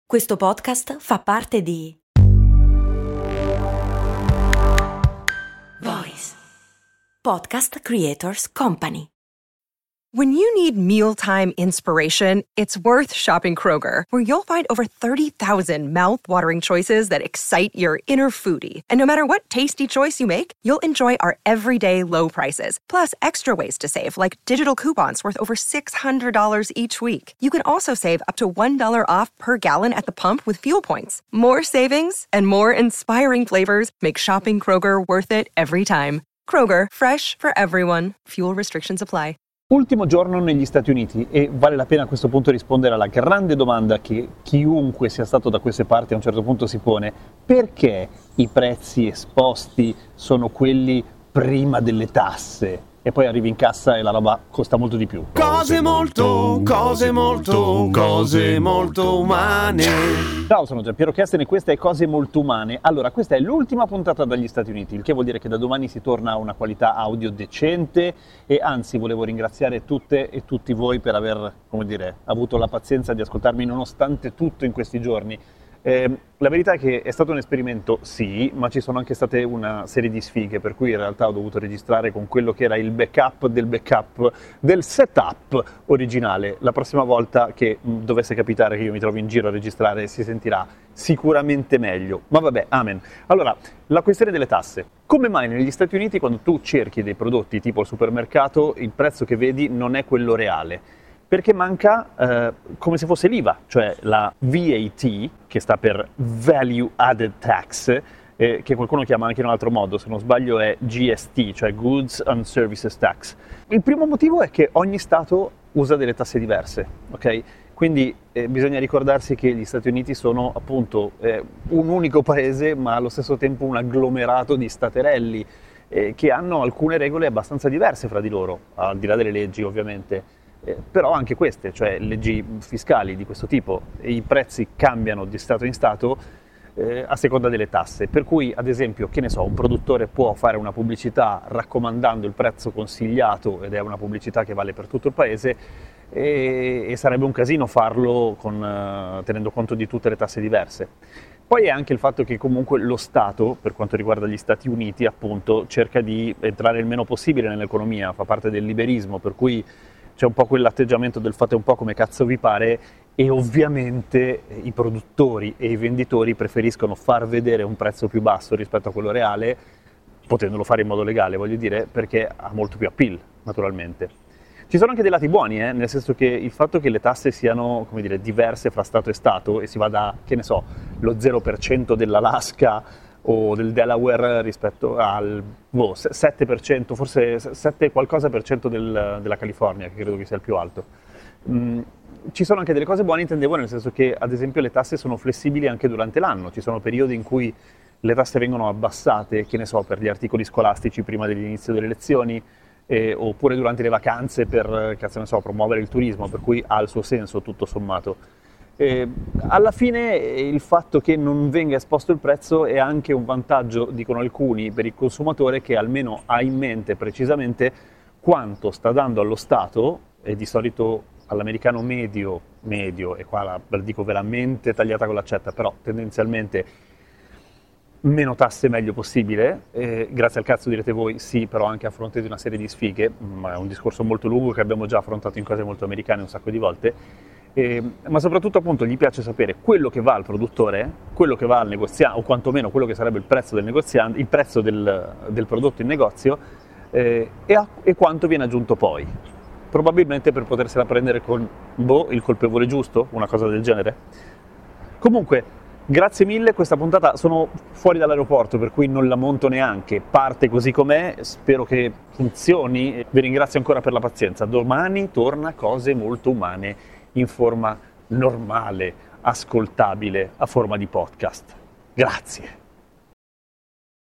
Questo podcast fa parte di Voice Podcast Creators Company. When you need mealtime inspiration, it's worth shopping Kroger, where you'll find over 30,000 mouth-watering choices that excite your inner foodie. And no matter what tasty choice you make, you'll enjoy our everyday low prices, plus extra ways to save, like digital coupons worth over $600 each week. You can also save up to $1 off per gallon at the pump with fuel points. More savings and more inspiring flavors make shopping Kroger worth it every time. Kroger, fresh for everyone. Fuel restrictions apply. Ultimo giorno negli Stati Uniti e vale la pena a questo punto rispondere alla grande domanda che chiunque sia stato da queste parti a un certo punto si pone: perché i prezzi esposti sono quelli prima delle tasse e poi arrivi in cassa e la roba costa molto di più? Cose molto umane. Ciao, sono Giampiero Kesten e questa è Cose Molto Umane. Allora, questa è l'ultima puntata dagli Stati Uniti, il che vuol dire che da domani si torna a una qualità audio decente e anzi volevo ringraziare tutte e tutti voi per aver, avuto la pazienza di ascoltarmi nonostante tutto in questi giorni. La verità è che è stato un esperimento, sì, ma ci sono anche state una serie di sfighe, per cui in realtà ho dovuto registrare con quello che era il backup del setup originale. La prossima volta che dovesse capitare che io mi trovi in giro a registrare si sentirà sicuramente meglio, ma vabbè, amen. Allora, la questione delle tasse. Come mai negli Stati Uniti quando tu cerchi dei prodotti tipo al supermercato il prezzo che vedi non è quello reale? Perché manca come se fosse l'IVA, cioè la VAT, che sta per Value Added Tax, che qualcuno chiama anche in un altro modo, se non sbaglio è GST, cioè Goods and Services Tax. Il primo motivo è che ogni Stato usa delle tasse diverse, ok? Quindi bisogna ricordarsi che gli Stati Uniti sono appunto un unico paese, ma allo stesso tempo un agglomerato di staterelli che hanno alcune regole abbastanza diverse fra di loro, al di là delle leggi ovviamente. Però anche queste, cioè leggi fiscali di questo tipo, i prezzi cambiano di stato in stato a seconda delle tasse, per cui ad esempio, che ne so, un produttore può fare una pubblicità raccomandando il prezzo consigliato ed è una pubblicità che vale per tutto il paese e sarebbe un casino farlo tenendo conto di tutte le tasse diverse. Poi è anche il fatto che comunque lo Stato, per quanto riguarda gli Stati Uniti appunto, cerca di entrare il meno possibile nell'economia, fa parte del liberismo, per cui c'è un po' quell'atteggiamento del fate un po' come cazzo vi pare e ovviamente i produttori e i venditori preferiscono far vedere un prezzo più basso rispetto a quello reale, potendolo fare in modo legale, voglio dire, perché ha molto più appeal, naturalmente. Ci sono anche dei lati buoni, nel senso che il fatto che le tasse siano, diverse fra Stato e Stato e si va da, che ne so, lo 0% dell'Alaska o del Delaware rispetto al 7%, forse 7 qualcosa per cento della California, che credo che sia il più alto. Ci sono anche delle cose buone, intendevo, nel senso che ad esempio le tasse sono flessibili anche durante l'anno, ci sono periodi in cui le tasse vengono abbassate, che ne so, per gli articoli scolastici prima dell'inizio delle lezioni, oppure durante le vacanze per, promuovere il turismo, per cui ha il suo senso tutto sommato. Alla fine il fatto che non venga esposto il prezzo è anche un vantaggio, dicono alcuni, per il consumatore che almeno ha in mente precisamente quanto sta dando allo Stato, e di solito all'americano medio, e qua la dico veramente tagliata con l'accetta, però tendenzialmente meno tasse meglio possibile, grazie al cazzo direte voi, sì, però anche a fronte di una serie di sfighe, ma è un discorso molto lungo che abbiamo già affrontato in Cose Molto Americane un sacco di volte. Ma soprattutto appunto gli piace sapere quello che va al produttore, quello che va al negoziante, o quantomeno quello che sarebbe il prezzo del negoziante, il prezzo del prodotto in negozio e quanto viene aggiunto poi, probabilmente per potersela prendere con il colpevole giusto, una cosa del genere. Comunque grazie mille, questa puntata sono fuori dall'aeroporto per cui non la monto neanche, parte così com'è, spero che funzioni, vi ringrazio ancora per la pazienza. Domani torna Cose Molto Umane in forma normale, ascoltabile, a forma di podcast. Grazie.